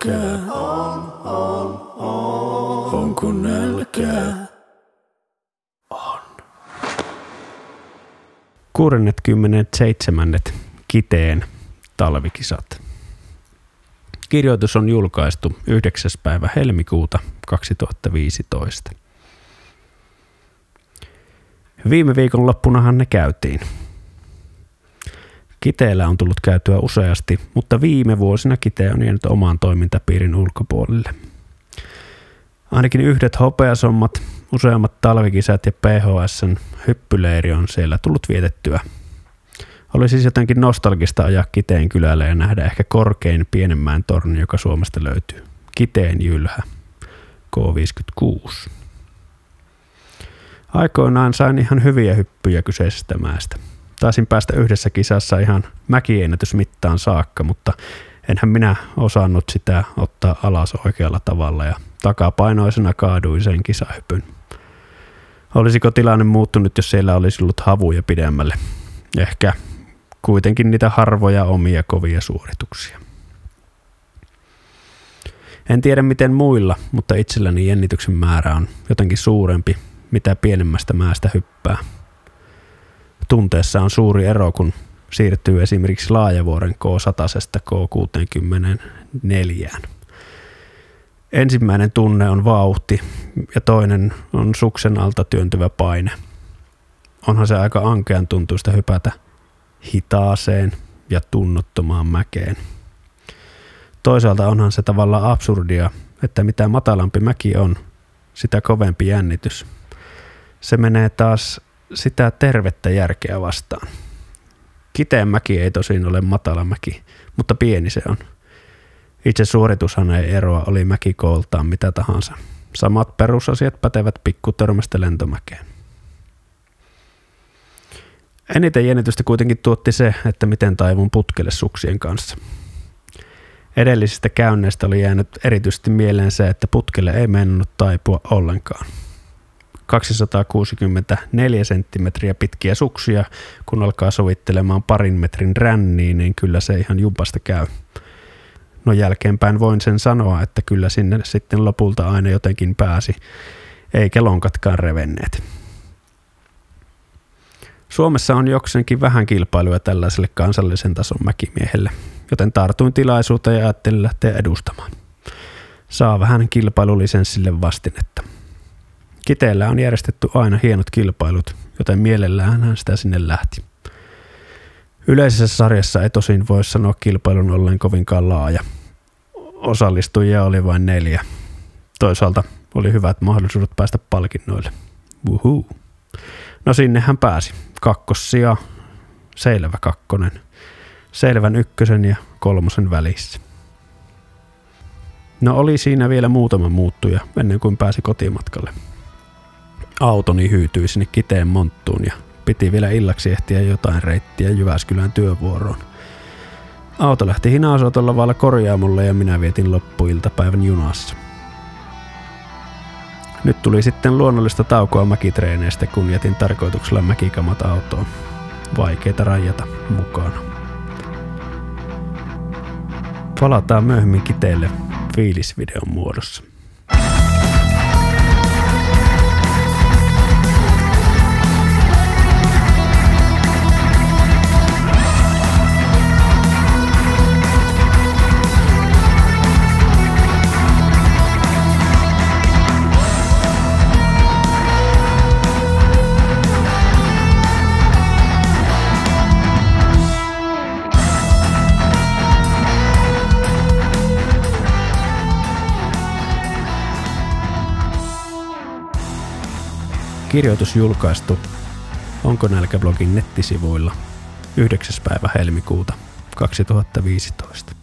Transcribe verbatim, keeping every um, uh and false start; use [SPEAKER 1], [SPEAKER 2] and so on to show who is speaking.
[SPEAKER 1] nälkää? On, on, on. Onko nälkää? On.
[SPEAKER 2] kuusikymmentäseitsemän Kiteen talvikisat. Kirjoitus on julkaistu yhdeksäs päivä helmikuuta kaksituhattaviisitoista. Viime viikonloppunahan ne käytiin. Kiteellä on tullut käytyä useasti, mutta viime vuosina Kite on jäänyt oman toimintapiirin ulkopuolelle. Ainakin yhdet hopeasommat, useammat talvikisat ja P H S:n hyppyleiri on siellä tullut vietettyä. Oli siis jotenkin nostalgista ajaa Kiteen kylälle ja nähdä ehkä korkein pienemmän torni, joka Suomesta löytyy. Kiteen Jylhä, K viisikymmentäkuusi. Aikoinaan sain ihan hyviä hyppyjä kyseisestä mäestä. Taisin päästä yhdessä kisassa ihan mäkiennätysmittaan saakka, mutta enhän minä osannut sitä ottaa alas oikealla tavalla ja takapainoisena kaaduin sen kisahypyn. Olisiko tilanne muuttunut, jos siellä olisi ollut havuja pidemmälle? Ehkä kuitenkin niitä harvoja omia kovia suorituksia. En tiedä miten muilla, mutta itselläni jännityksen määrä on jotenkin suurempi, mitä pienemmästä mäestä hyppää. Tunteessa on suuri ero, kun siirtyy esimerkiksi Laajavuoren K sata K kuusikymmentäneljä. Ensimmäinen tunne on vauhti ja toinen on suksen alta työntyvä paine. Onhan se aika ankean tuntuista hypätä hitaaseen ja tunnottomaan mäkeen. Toisaalta onhan se tavallaan absurdia, että mitä matalampi mäki on, sitä kovempi jännitys. Se menee taas sitä tervettä järkeä vastaan. Kiteen mäki ei tosin ole matala mäki, mutta pieni se on. Itse suoritushan ei eroa, oli mäki kooltaan mitä tahansa. Samat perusasiat pätevät pikkutörmästä lentomäkeen. Eniten jännitystä kuitenkin tuotti se, että miten taivun putkelle suksien kanssa. Edellisistä käynneistä oli jäänyt erityisesti mieleen se, että putkelle ei mennnyt taipua ollenkaan. kaksisataakuusikymmentäneljä senttimetriä pitkiä suksia, kun alkaa sovittelemaan parin metrin ränniin, niin kyllä se ihan jumpasta käy. No jälkeenpäin voin sen sanoa, että kyllä sinne sitten lopulta aina jotenkin pääsi, eikä lonkatkaan revenneet. Suomessa on jokseenkin vähän kilpailuja tällaiselle kansallisen tason mäkimiehelle, joten tartuin tilaisuuteen ja ajattelin lähteä edustamaan. Saa vähän kilpailulisenssille vastinetta. Kiteellä on järjestetty aina hienot kilpailut, joten mielellään hän sitä sinne lähti. Yleisessä sarjassa ei tosin voi sanoa kilpailun ollen kovinkaan laaja. Osallistujia oli vain neljä. Toisaalta oli hyvät mahdollisuudet päästä palkinnoille. Wuhuu. No sinne hän pääsi. Kakkossija, selvä kakkonen, selvän ykkösen ja kolmosen välissä. No oli siinä vielä muutama muuttuja ennen kuin pääsi kotimatkalle. Autoni hyytyi sinne Kiteen monttuun ja piti vielä illaksi ehtiä jotain reittiä Jyväskylän työvuoroon. Auto lähti hinausautolla vailla korjaamolle ja minä vietin loppuiltapäivän junassa. Nyt tuli sitten luonnollista taukoa mäkitreeneistä, kun jätin tarkoituksella mäkikamat autoon. Vaikeita rajata mukana. Palataan myöhemmin Kiteelle fiilisvideon muodossa. Kirjoitus julkaistu Onko nälkä blogin nettisivuilla yhdeksäs päivä helmikuuta kaksituhattaviisitoista.